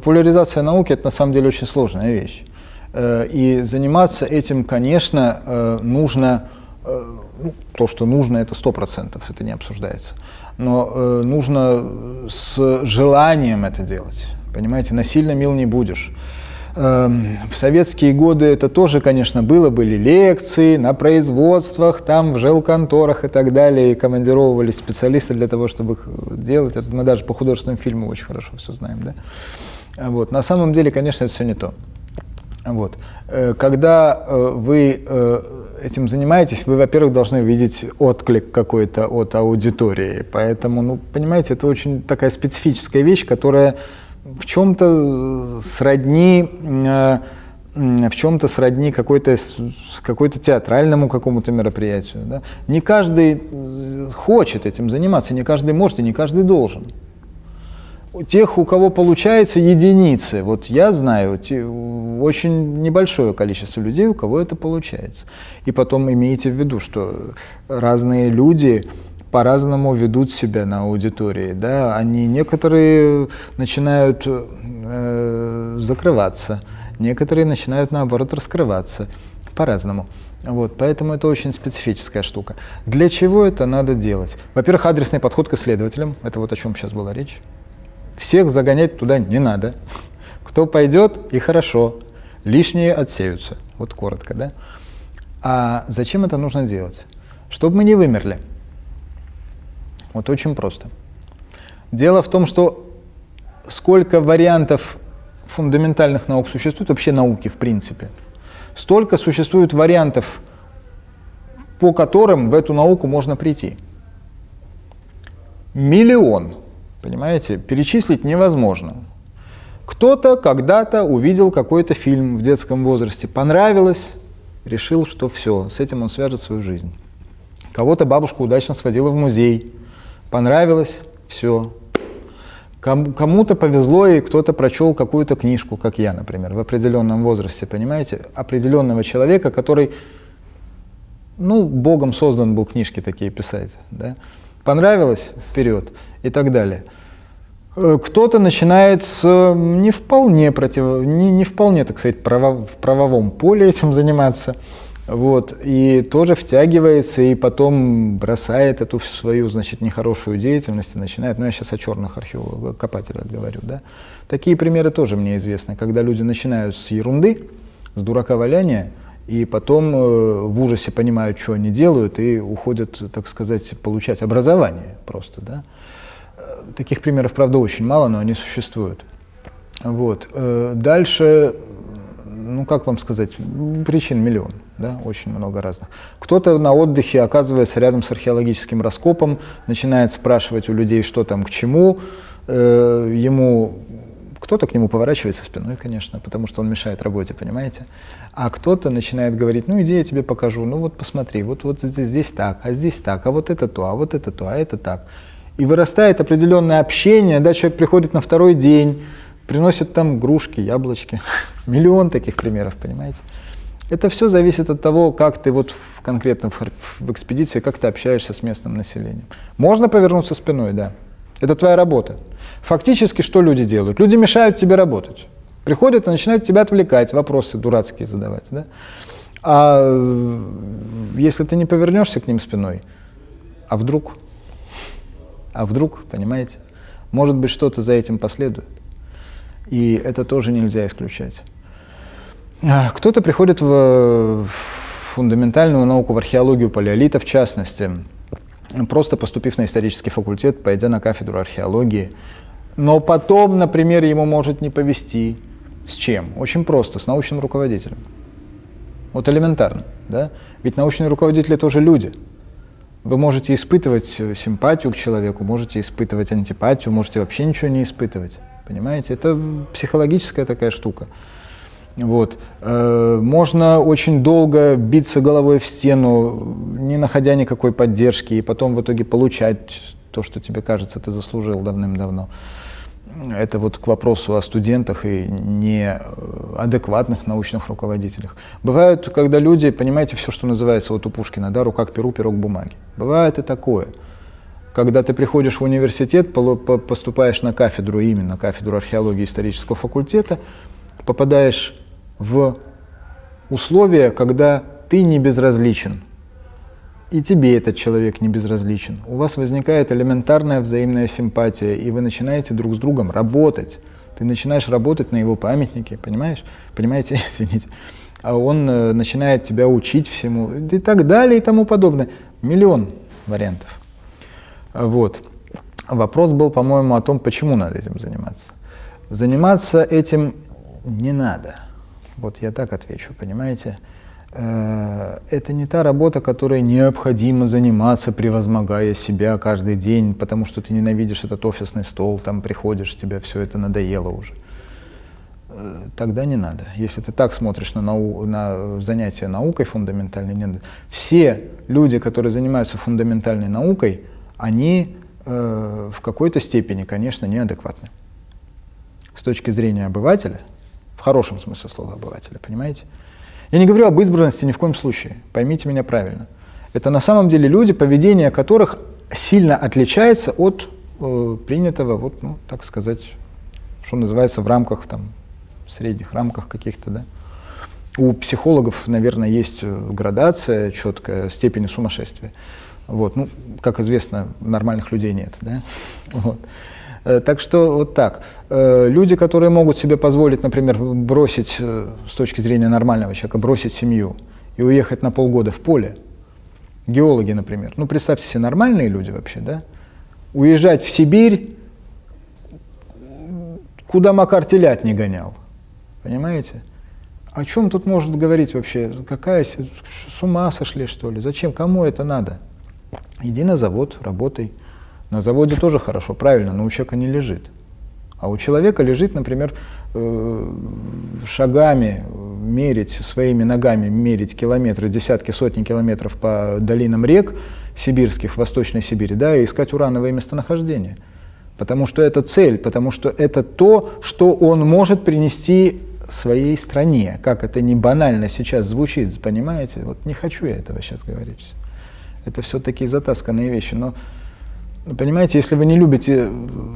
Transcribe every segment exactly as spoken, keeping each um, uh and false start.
Популяризация науки – это на самом деле очень сложная вещь. И заниматься этим, конечно, нужно, ну, то, что нужно, это сто процентов, это не обсуждается. Но нужно с желанием это делать, понимаете, насильно мил не будешь. В советские годы это тоже, конечно, было, были лекции на производствах, там в жилконторах и так далее, и командировывались специалисты для того, чтобы их делать. Это мы даже по художественным фильмам очень хорошо все знаем, да? Вот. На самом деле, конечно, это все не то. Вот. Когда вы этим занимаетесь, вы, во-первых, должны видеть отклик какой-то от аудитории, поэтому, ну, понимаете, это очень такая специфическая вещь, которая в чем-то сродни, в чем-то сродни какой-то какой-то театральному какому-то мероприятию. Да? Не каждый хочет этим заниматься, не каждый может и не каждый должен. У тех, у кого получается, единицы. Вот я знаю очень небольшое количество людей, у кого это получается. И потом имейте в виду, что разные люди по-разному ведут себя на аудитории, да, они некоторые начинают э, закрываться, некоторые начинают наоборот раскрываться, по-разному. Вот, поэтому это очень специфическая штука. Для чего это надо делать? Во-первых, адресный подход к исследователям, это вот о чем сейчас была речь. Всех загонять туда не надо. Кто пойдет, и хорошо, лишние отсеются, вот коротко, да. А зачем это нужно делать? Чтобы мы не вымерли. Вот очень просто. Дело в том, что сколько вариантов фундаментальных наук существует, вообще науки в принципе, столько существует вариантов, по которым в эту науку можно прийти. Миллион, понимаете, перечислить невозможно. Кто-то когда-то увидел какой-то фильм в детском возрасте, понравилось, решил, что все, с этим он свяжет свою жизнь. Кого-то бабушка удачно сводила в музей, понравилось, все. Кому-то повезло, и кто-то прочел какую-то книжку, как я, например, в определенном возрасте, понимаете, определенного человека, который, ну, Богом создан был книжки такие писать, да? Понравилось, вперед, и так далее. Кто-то начинает с не вполне против, не, не вполне, так сказать, право, в правовом поле этим заниматься. Вот, и тоже втягивается, и потом бросает эту свою, значит, нехорошую деятельность и начинает, ну я сейчас о черных археологах, копателях говорю, да. Такие примеры тоже мне известны, когда люди начинают с ерунды, с дурака-валяния, и потом э, в ужасе понимают, что они делают, и уходят, так сказать, получать образование просто, да. Таких примеров, правда, очень мало, но они существуют. Вот. Дальше, ну как вам сказать, причин миллион, да, очень много разных. Кто-то на отдыхе оказывается рядом с археологическим раскопом, начинает спрашивать у людей, что там к чему, ему, кто-то к нему поворачивается спиной, конечно, потому что он мешает работе, понимаете, а кто-то начинает говорить, ну иди, я тебе покажу, ну вот посмотри, вот, вот здесь, здесь так, а здесь так, а вот это то, а вот это то, а это так. И вырастает определенное общение, да, человек приходит на второй день, приносит там игрушки, яблочки, миллион таких примеров, понимаете. Это все зависит от того, как ты вот в, конкретно в, в экспедиции, как ты общаешься с местным населением. Можно повернуться спиной, да, это твоя работа. Фактически что люди делают? Люди мешают тебе работать. Приходят и начинают тебя отвлекать, вопросы дурацкие задавать, да. А если ты не повернешься к ним спиной, а вдруг... А вдруг, понимаете, может быть, что-то за этим последует. И это тоже нельзя исключать. Кто-то приходит в фундаментальную науку, в археологию палеолита, в частности, просто поступив на исторический факультет, пойдя на кафедру археологии. Но потом, например, ему может не повезти. С чем? Очень просто, с научным руководителем. Вот элементарно, да? Ведь научные руководители тоже люди. Вы можете испытывать симпатию к человеку, можете испытывать антипатию, можете вообще ничего не испытывать. Понимаете? Это психологическая такая штука. Вот. Можно очень долго биться головой в стену, не находя никакой поддержки, и потом в итоге получать то, что тебе кажется, ты заслужил давным-давно. Это вот к вопросу о студентах и неадекватных научных руководителях. Бывают, когда люди, понимаете, все, что называется вот у Пушкина, да, рука к перу, перо к бумаге. Бывает и такое. когда ты приходишь в университет, поступаешь на кафедру, именно кафедру археологии исторического факультета, попадаешь в условия, когда ты не безразличен, и тебе этот человек не безразличен. У вас возникает элементарная взаимная симпатия, и вы начинаете друг с другом работать. Ты начинаешь работать на его памятнике, понимаешь? Понимаете, извините. А он э, начинает тебя учить всему, и так далее, и тому подобное. Миллион вариантов. Вот. Вопрос был, по-моему, о том, почему надо этим заниматься. Заниматься этим не надо. Вот я так отвечу, понимаете? Это не та работа, которой необходимо заниматься, превозмогая себя каждый день, потому что ты ненавидишь этот офисный стол, там приходишь, тебе все это надоело уже. Тогда не надо. Если ты так смотришь на, нау на занятия наукой фундаментальной, не надо. Все люди, которые занимаются фундаментальной наукой, они э, в какой-то степени, конечно, неадекватны. С точки зрения обывателя, в хорошем смысле слова обывателя, понимаете? Я не говорю об избранности ни в коем случае, поймите меня правильно. Это на самом деле люди, поведение которых сильно отличается от э, принятого, вот, ну, так сказать, что называется, в рамках, там, средних рамках каких-то, да. У психологов, наверное, есть градация четкая степени сумасшествия. Вот, ну, как известно, нормальных людей нет, да. Вот. Так что вот так. Люди, которые могут себе позволить, например, бросить, с точки зрения нормального человека, бросить семью и уехать на полгода в поле, геологи, например, ну, представьте себе, нормальные люди вообще, да, уезжать в Сибирь, куда Макар телят не гонял, понимаете? О чем тут может говорить вообще? Какая, с ума сошли, что ли? Зачем? Кому это надо? Иди на завод, работай. На заводе тоже хорошо, правильно, но у человека не лежит. А у человека лежит, например, э, шагами мерить, своими ногами мерить километры, десятки, сотни километров по долинам рек сибирских, Восточной Сибири, да, и искать урановые месторождения. Потому что это цель, потому что это то, что он может принести своей стране. Как это не банально сейчас звучит, понимаете? Вот не хочу я этого сейчас говорить. Это все такие затасканные вещи, но понимаете, если вы не любите,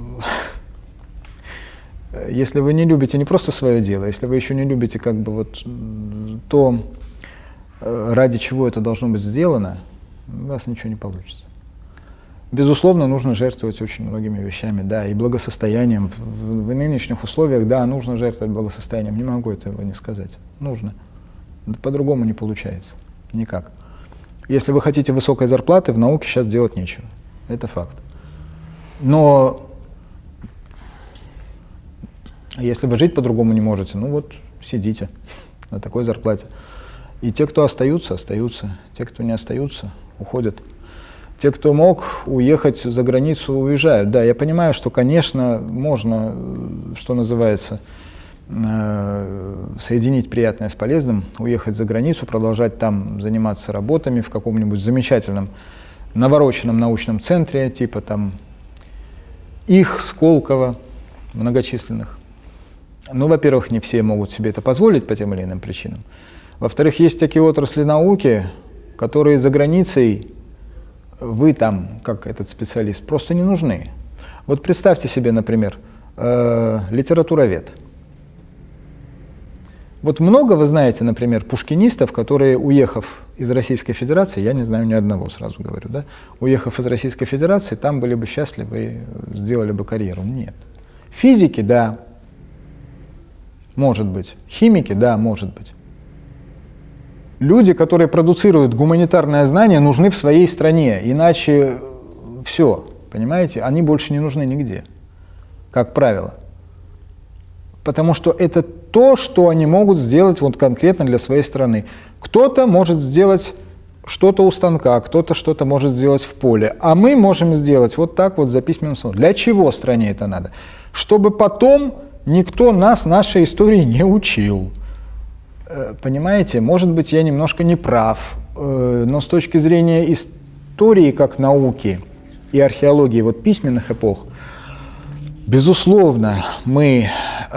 если вы не любите не просто свое дело, если вы еще не любите как бы вот то, ради чего это должно быть сделано, у вас ничего не получится. Безусловно, нужно жертвовать очень многими вещами, да, и благосостоянием. В, в нынешних условиях, да, нужно жертвовать благосостоянием, не могу этого не сказать. Нужно. По-другому не получается. Никак. Если вы хотите высокой зарплаты, в науке сейчас делать нечего. Это факт. Но если вы жить по-другому не можете, ну вот сидите на такой зарплате. И те, кто остаются, остаются. Те, кто не остаются, уходят. Те, кто мог уехать за границу, уезжают. Да, я понимаю, что, конечно, можно, что называется, соединить приятное с полезным, уехать за границу, продолжать там заниматься работами в каком-нибудь замечательном навороченном научном центре, типа там их, Сколково, многочисленных. Ну, во-первых, не все могут себе это позволить по тем или иным причинам. Во-вторых, есть такие отрасли науки, которые за границей, вы там, как этот специалист, просто не нужны. Вот представьте себе, например, э, литературовед. Вот много вы знаете, например, пушкинистов, которые, уехав из Российской Федерации, я не знаю ни одного, сразу говорю, да, уехав из Российской Федерации, там были бы счастливы и сделали бы карьеру. Нет. Физики, да, может быть. Химики, да, может быть. Люди, которые продуцируют гуманитарное знание, нужны в своей стране, иначе все, понимаете, они больше не нужны нигде, как правило. Потому что это то, что они могут сделать вот конкретно для своей страны. Кто-то может сделать что-то у станка, кто-то что-то может сделать в поле, а мы можем сделать вот так вот за письменным словом. Для чего стране это надо? Чтобы потом никто нас нашей истории не учил. Понимаете, может быть, я немножко не прав, но с точки зрения истории как науки и археологии вот письменных эпох, безусловно, мы,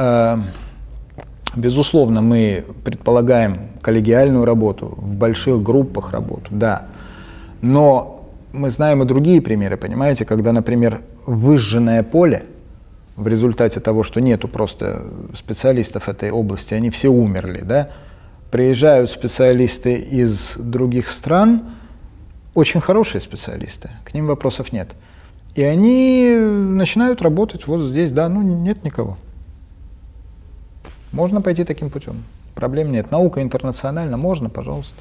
безусловно, мы предполагаем коллегиальную работу, в больших группах работу, да, но мы знаем и другие примеры, понимаете, когда, например, выжженное поле в результате того, что нету просто специалистов этой области, они все умерли, да, приезжают специалисты из других стран, очень хорошие специалисты, к ним вопросов нет. И они начинают работать вот здесь, да, ну нет никого. Можно пойти таким путем, проблем нет. Наука интернациональна, можно, пожалуйста.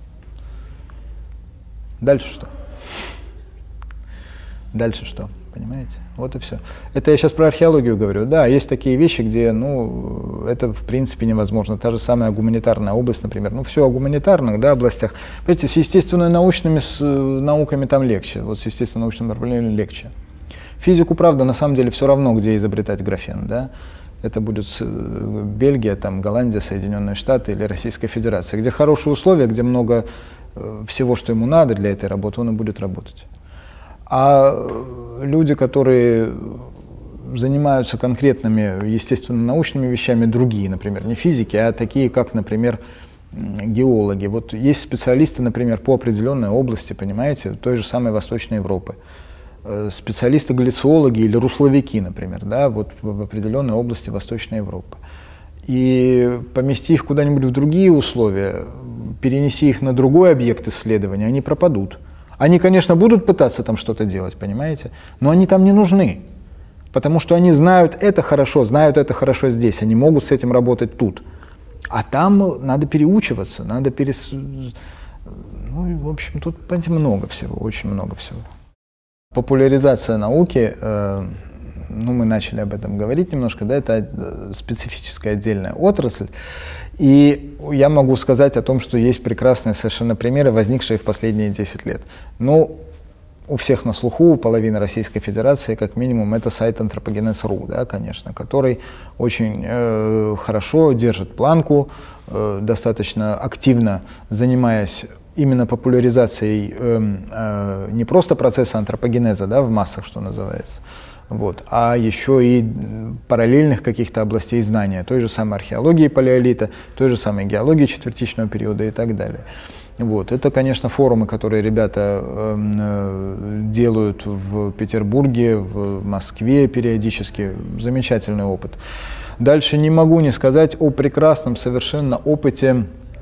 Дальше что? Дальше что? Понимаете? Вот и все. Это я сейчас про археологию говорю. Да, есть такие вещи, где, ну, это в принципе невозможно. Та же самая гуманитарная область, например. Ну, все о гуманитарных, да, областях. Понимаете, с естественно-научными с, науками там легче. Вот с естественно-научным направлением легче. Физику, правда, на самом деле все равно, где изобретать графен, да. Это будет Бельгия, там, Голландия, Соединенные Штаты или Российская Федерация, где хорошие условия, где много всего, что ему надо для этой работы, он и будет работать. А люди, которые занимаются конкретными естественно-научными вещами, другие, например, не физики, а такие, как, например, геологи. Вот есть специалисты, например, по определенной области, понимаете, той же самой Восточной Европы. Специалисты-гляциологи или русловики, например, да, вот в определенной области Восточной Европы. И помести их куда-нибудь в другие условия, перенеси их на другой объект исследования, они пропадут. Они, конечно, будут пытаться там что-то делать, понимаете, но они там не нужны, потому что они знают это хорошо, знают это хорошо здесь, они могут с этим работать тут. А там надо переучиваться, надо перес... Ну, в общем, тут, понимаете, много всего, очень много всего. Популяризация науки, э, ну, мы начали об этом говорить немножко, да, это специфическая отдельная отрасль. И я могу сказать о том, что есть прекрасные совершенно примеры, возникшие в последние десять лет. Ну, у всех на слуху, у половины Российской Федерации, как минимум, это сайт антропогенез точка ру, да, конечно, который очень э, хорошо держит планку, э, достаточно активно занимаясь именно популяризацией э, э, не просто процесса антропогенеза, да, в массах, что называется, вот, а еще и параллельных каких-то областей знания, той же самой археологии палеолита, той же самой геологии четвертичного периода и так далее. Вот. Это, конечно, форумы, которые ребята э, делают в Петербурге, в Москве периодически. Замечательный опыт. Дальше не могу не сказать о прекрасном совершенно опыте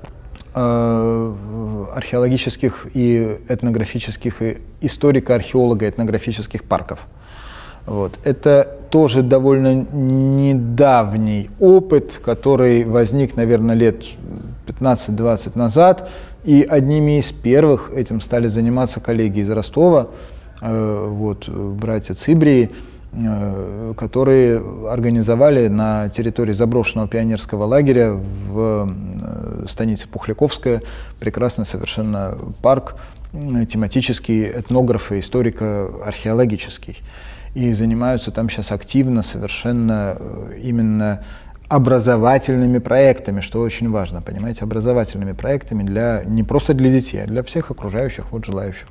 э, археологических и этнографических, и историко-археолого-этнографических парков. Вот. Это тоже довольно недавний опыт, который возник, наверное, лет пятнадцать-двадцать назад, и одними из первых этим стали заниматься коллеги из Ростова, э, вот, братья Цибрии, э, которые организовали на территории заброшенного пионерского лагеря в э, станице Пухляковская прекрасный совершенно парк, э, тематический, этнографо- историко-археологический. И занимаются там сейчас активно совершенно именно образовательными проектами, что очень важно, понимаете, образовательными проектами для, не просто для детей, а для всех окружающих, вот, желающих.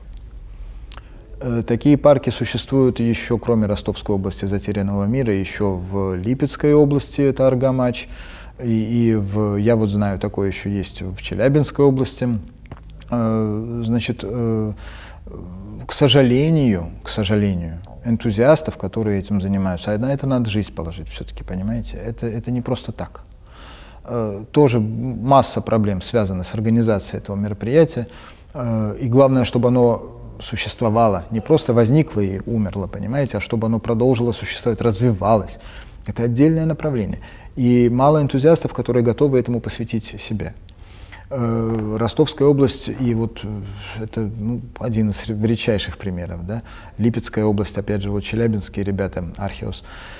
Такие парки существуют еще, кроме Ростовской области затерянного мира, еще в Липецкой области, это Аргамач, и, и в, я вот знаю, такое еще есть в Челябинской области. Значит, к сожалению, к сожалению, энтузиастов, которые этим занимаются, а на это надо жизнь положить все-таки, понимаете, это, это не просто так. Э, тоже масса проблем связана с организацией этого мероприятия, э, и главное, чтобы оно существовало, не просто возникло и умерло, понимаете, а чтобы оно продолжило существовать, развивалось. Это отдельное направление. И мало энтузиастов, которые готовы этому посвятить себе. Ростовская область, и вот это, ну, один из редчайших примеров, да? Липецкая область, опять же, вот челябинские ребята, Археос.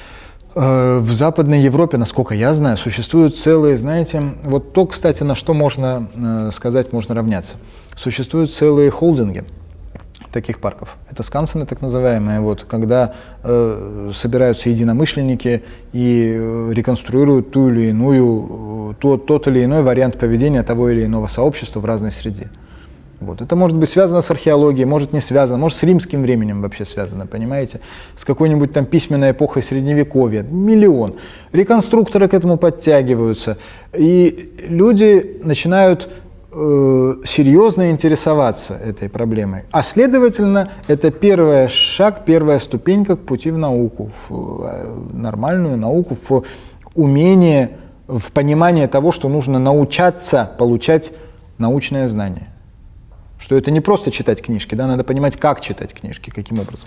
В Западной Европе, насколько я знаю, существуют целые, знаете, вот то, кстати, на что можно сказать, можно равняться. Существуют целые холдинги таких парков. Это скансены, так называемые, вот, когда э, собираются единомышленники и э, реконструируют ту или иную, то, тот или иной вариант поведения того или иного сообщества в разной среде. Вот. Это может быть связано с археологией, может не связано, может с римским временем вообще связано, понимаете, с какой-нибудь там письменной эпохой Средневековья, миллион. Реконструкторы к этому подтягиваются, и люди начинают э, серьезно интересоваться этой проблемой. А следовательно, это первый шаг, первая ступенька к пути в науку, в э, нормальную науку, в умение, в понимание того, что нужно научаться получать научное знание. Что это не просто читать книжки, да, надо понимать, как читать книжки, каким образом.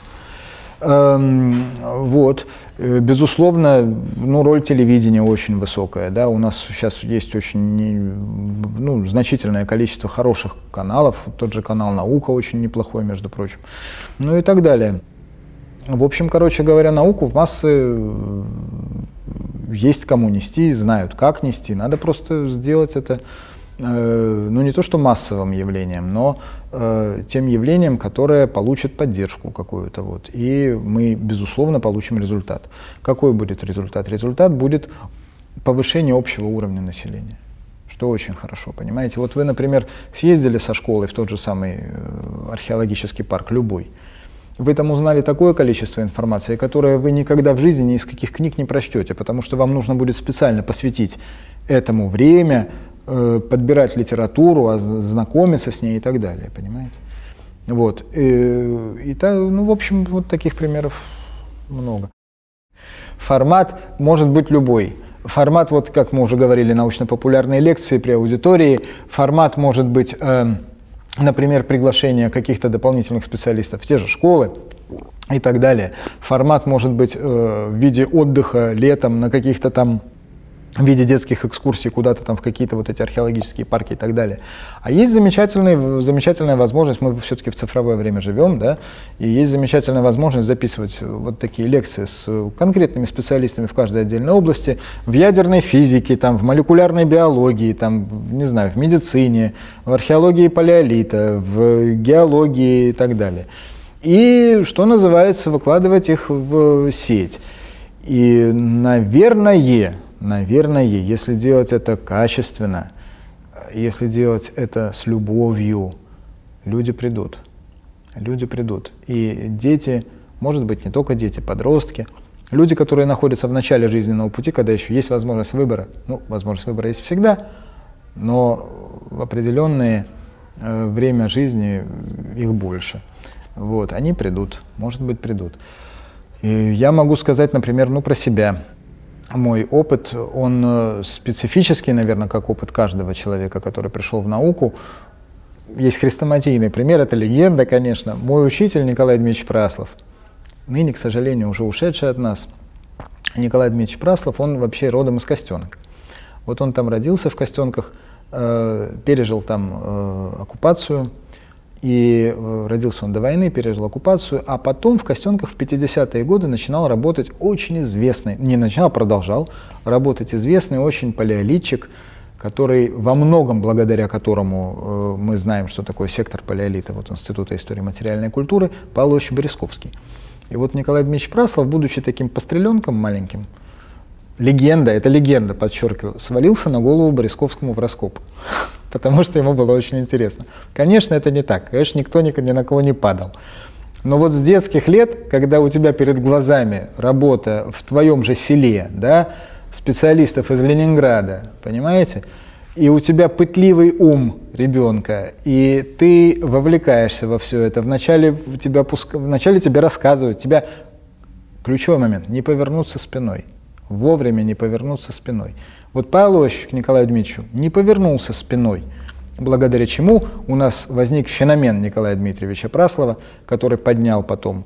Эм, вот. Безусловно, ну, роль телевидения очень высокая. Да? У нас сейчас есть очень ну, значительное количество хороших каналов. Тот же канал «Наука» очень неплохой, между прочим. Ну и так далее. В общем, короче говоря, науку в массы есть кому нести, знают, как нести. Надо просто сделать это, э, ну не то что массовым явлением, но э, тем явлением, которое получит поддержку какую-то. Вот. И мы, безусловно, получим результат. Какой будет результат? Результат будет повышение общего уровня населения. Что очень хорошо, понимаете? Вот вы, например, съездили со школой в тот же самый э, археологический парк, любой. Вы там узнали такое количество информации, которое вы никогда в жизни ни из каких книг не прочтете, потому что вам нужно будет специально посвятить этому время, э, подбирать литературу, знакомиться с ней и так далее, понимаете? Вот. И, и та, ну, в общем, вот таких примеров много. Формат может быть любой. Формат, вот как мы уже говорили, научно-популярные лекции при аудитории, формат может быть... Э, Например, приглашение каких-то дополнительных специалистов в те же школы и так далее. Формат может быть э, в виде отдыха летом на каких-то там, в виде детских экскурсий куда-то там в какие-то вот эти археологические парки и так далее. А есть замечательная, замечательная возможность, мы все-таки в цифровое время живем, да, и есть замечательная возможность записывать вот такие лекции с конкретными специалистами в каждой отдельной области, в ядерной физике, там, в молекулярной биологии, там, не знаю, в медицине, в археологии палеолита, в геологии и так далее. И, что называется, выкладывать их в сеть. И, наверное, Наверное, если делать это качественно, если делать это с любовью, люди придут. Люди придут. И дети, может быть, не только дети, подростки, люди, которые находятся в начале жизненного пути, когда еще есть возможность выбора. Ну, возможность выбора есть всегда, но в определенное э, время жизни их больше. Вот, они придут, может быть, придут. И я могу сказать, например, ну, про себя. Мой опыт, он специфический, наверное, как опыт каждого человека, который пришел в науку. Есть хрестоматийный пример, это легенда, конечно. Мой учитель Николай Дмитриевич Праслов, ныне, к сожалению, уже ушедший от нас. Николай Дмитриевич Праслов, он вообще родом из Костенок. Вот он там родился в Костенках, э, пережил там э, оккупацию. И родился он до войны, пережил оккупацию, а потом в Костенках в пятидесятые годы начинал работать очень известный, не начинал, продолжал работать известный очень палеолитчик, который во многом, благодаря которому э, мы знаем, что такое сектор палеолита, вот Института истории материальной культуры, Павел Ильич Березковский. И вот Николай Дмитриевич Праслов, будучи таким постреленком маленьким, легенда, это легенда, подчеркиваю, свалился на голову Березковскому в раскоп, потому что ему было очень интересно. Конечно, это не так, конечно, никто ни, ни на кого не падал. Но вот с детских лет, когда у тебя перед глазами работа в твоем же селе, да, специалистов из Ленинграда, понимаете, и у тебя пытливый ум ребенка, и ты вовлекаешься во все это, вначале, тебя пуск... вначале тебе рассказывают, тебя, ключевой момент, не повернуться спиной. Вовремя не повернуться спиной. Вот Павел Ильич к Николаю Дмитриевичу не повернулся спиной, благодаря чему у нас возник феномен Николая Дмитриевича Праслова, который поднял потом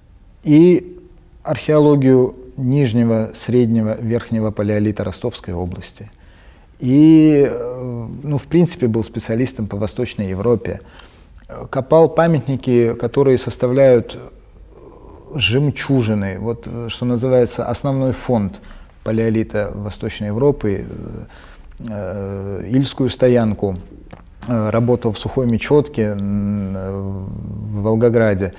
и археологию нижнего, среднего, верхнего палеолита Ростовской области, и, ну, в принципе, был специалистом по Восточной Европе, копал памятники, которые составляют жемчужины, вот, что называется, основной фонд палеолита Восточной Европы, э, Ильскую стоянку, э, работал в Сухой Мечетке, в Волгограде,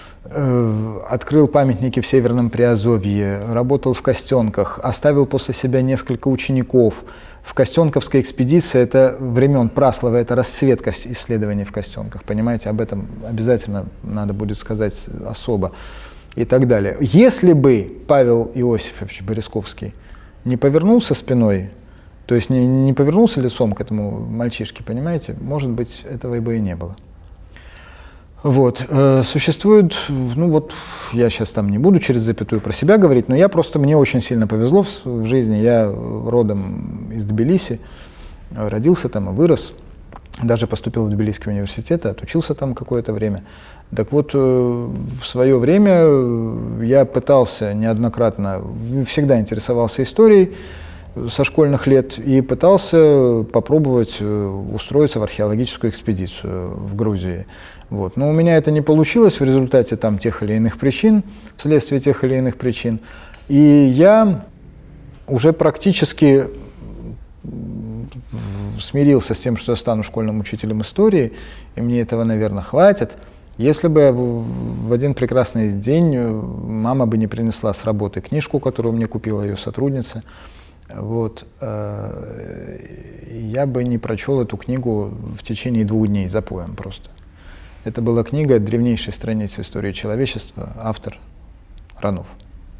э, открыл памятники в Северном Приазовье, работал в Костенках, оставил после себя несколько учеников. В Костенковской экспедиции, это времен Праслова, это расцвет исследований в Костенках, понимаете, об этом обязательно надо будет сказать особо. И так далее. Если бы Павел Иосифович Березковский не повернулся спиной То есть не, не повернулся лицом к этому мальчишке, понимаете? Может быть, этого бы и не было. Вот. Существует, ну вот, я сейчас там не буду через запятую про себя говорить, но я просто, мне очень сильно повезло в, в жизни. Я родом из Тбилиси, родился там и вырос. Даже поступил в Тбилисский университет, отучился там какое-то время. Так вот, в свое время я пытался неоднократно, всегда интересовался историей со школьных лет и пытался попробовать устроиться в археологическую экспедицию в Грузии. Вот. Но у меня это не получилось в результате там, тех или иных причин, вследствие тех или иных причин. И я уже практически смирился с тем, что я стану школьным учителем истории, и мне этого, наверное, хватит. Если бы в один прекрасный день мама бы не принесла с работы книжку, которую мне купила ее сотрудница, вот, я бы не прочел эту книгу в течение двух дней запоем просто. Это была книга древнейшей страницы истории человечества, автор Ранов.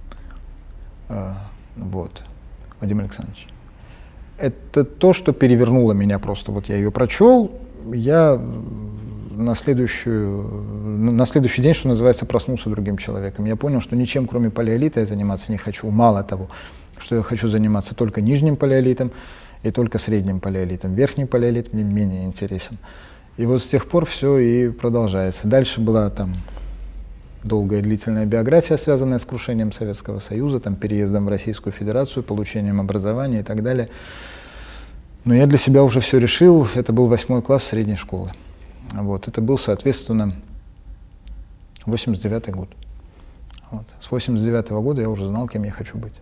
Вот, Вадим Александрович. Это то, что перевернуло меня просто. Вот я ее прочел, я на, следующую, на следующий день, что называется, проснулся другим человеком. Я понял, что ничем, кроме палеолита, я заниматься не хочу. Мало того, что я хочу заниматься только нижним палеолитом и только средним палеолитом. Верхний палеолит мне менее интересен. И вот с тех пор все и продолжается. Дальше была там долгая длительная биография, связанная с крушением Советского Союза, там, переездом в Российскую Федерацию, получением образования и так далее. Но я для себя уже все решил. Это был восьмой класс средней школы. Вот. Это был, соответственно, восемьдесят девятый год. Вот. С восемьдесят девятого года я уже знал, кем я хочу быть.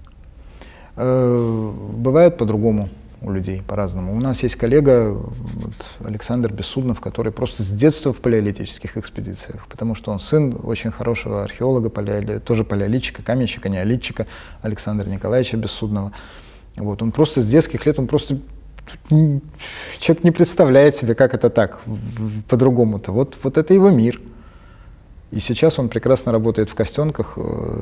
Э-э- бывает по-другому у людей, по-разному. У нас есть коллега вот, Александр Бессуднов, который просто с детства в палеолитических экспедициях, потому что он сын очень хорошего археолога, палеоли... тоже палеолитчика, каменщика, неолитчика Александра Николаевича Бессуднова. Вот. Он просто с детских лет, он просто... Человек не представляет себе, как это так, по-другому-то. Вот, вот это его мир. И сейчас он прекрасно работает в Костенках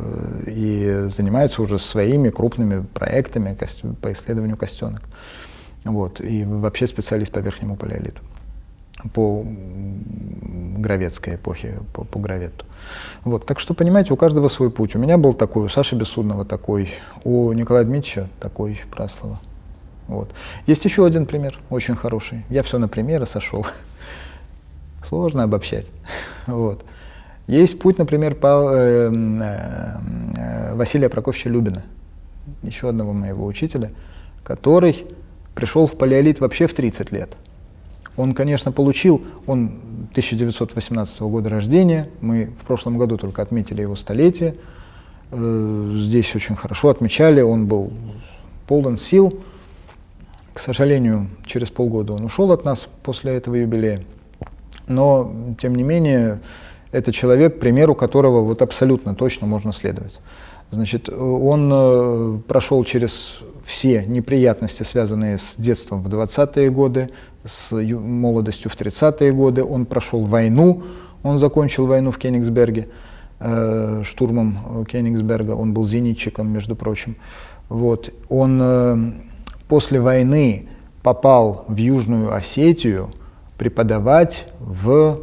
и занимается уже своими крупными проектами по исследованию Костенок. Вот. И вообще специалист по верхнему палеолиту, по гравецкой эпохе, по, по граветту. Вот. Так что, понимаете, у каждого свой путь. У меня был такой, у Саши Бессудного такой, у Николая Дмитриевича такой, Праслова. Вот. Есть еще один пример, очень хороший. Я все на примеры сошел. Сложно обобщать. Вот. Есть путь, например, по, э, э, Василия Прокофьевича Любина, еще одного моего учителя, который пришел в палеолит вообще в тридцать лет. Он, конечно, получил, он тысяча девятьсот восемнадцатого года рождения, мы в прошлом году только отметили его столетие, э, здесь очень хорошо отмечали, он был полон сил. К сожалению, через полгода он ушел от нас после этого юбилея, но, тем не менее, это человек, примеру которого вот абсолютно точно можно следовать. Значит, он э, прошел через все неприятности, связанные с детством в двадцатые годы, с молодостью в тридцатые годы. Он прошел войну, он закончил войну в Кенигсберге, э, штурмом Кенигсберга, он был зенитчиком, между прочим. Вот. Он э, после войны попал в Южную Осетию преподавать в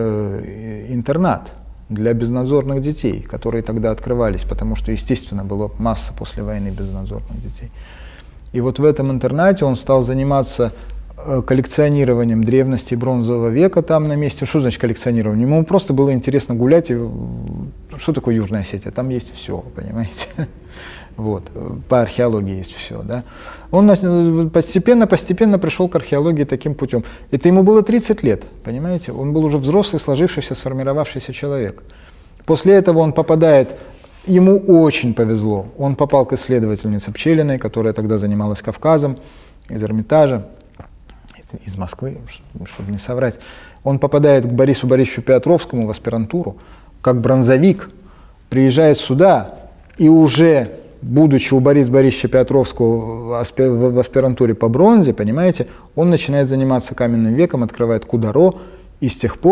интернат для безнадзорных детей, которые тогда открывались, потому что, естественно, была масса после войны безнадзорных детей. И вот в этом интернате он стал заниматься коллекционированием древности бронзового века там на месте. Что значит коллекционирование? Ему просто было интересно гулять. И... Что такое Южная Осетия? Там есть все, понимаете? Вот. По археологии есть все. Да? Он постепенно-постепенно пришел к археологии таким путем. Это ему было тридцать лет, понимаете? Он был уже взрослый, сложившийся, сформировавшийся человек. После этого он попадает, ему очень повезло, он попал к исследовательнице Пчелиной, которая тогда занималась Кавказом, из Эрмитажа, из Москвы, чтобы не соврать. Он попадает к Борису Борисовичу Петровскому в аспирантуру, как бронзовик, приезжает сюда и уже... будучи у Бориса Борисовича Петровского в аспирантуре по бронзе, понимаете, он начинает заниматься каменным веком, открывает Кударо, и с тех пор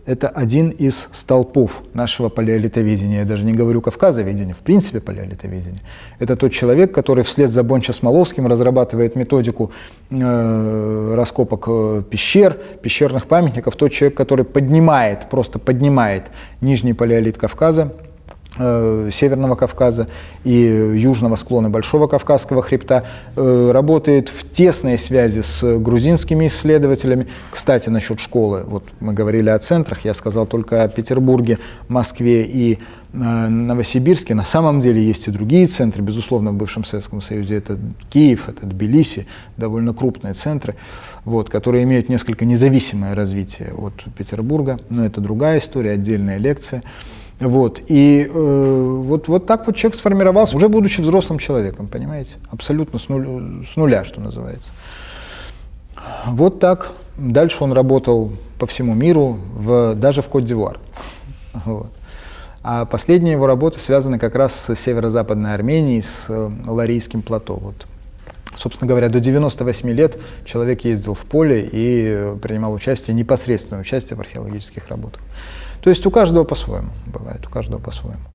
это один из столпов нашего палеолитоведения. Я даже не говорю кавказоведения, в принципе палеолитоведения. Это тот человек, который вслед за Бонча-Смоловским разрабатывает методику э, раскопок э, пещер, пещерных памятников. Тот человек, который поднимает, просто поднимает нижний палеолит Кавказа, Северного Кавказа и южного склона Большого Кавказского хребта, работает в тесной связи с грузинскими исследователями. Кстати, насчет школы, вот мы говорили о центрах, я сказал только о Петербурге, Москве и Новосибирске. На самом деле есть и другие центры, безусловно, в бывшем Советском Союзе. Это Киев, это Тбилиси, довольно крупные центры, вот, которые имеют несколько независимое развитие от Петербурга, но это другая история, отдельная лекция. Вот. И э, вот, вот так вот человек сформировался, уже будучи взрослым человеком, понимаете? Абсолютно с нуля, с нуля, что называется. Вот так. Дальше он работал по всему миру, в, даже в Кот-д'Ивуар. Вот. А последние его работы связаны как раз с северо-западной Арменией, с Ларийским плато. Вот. Собственно говоря, до девяноста восьми лет человек ездил в поле и принимал участие, непосредственное участие в археологических работах. То есть у каждого по-своему, бывает, у каждого по-своему.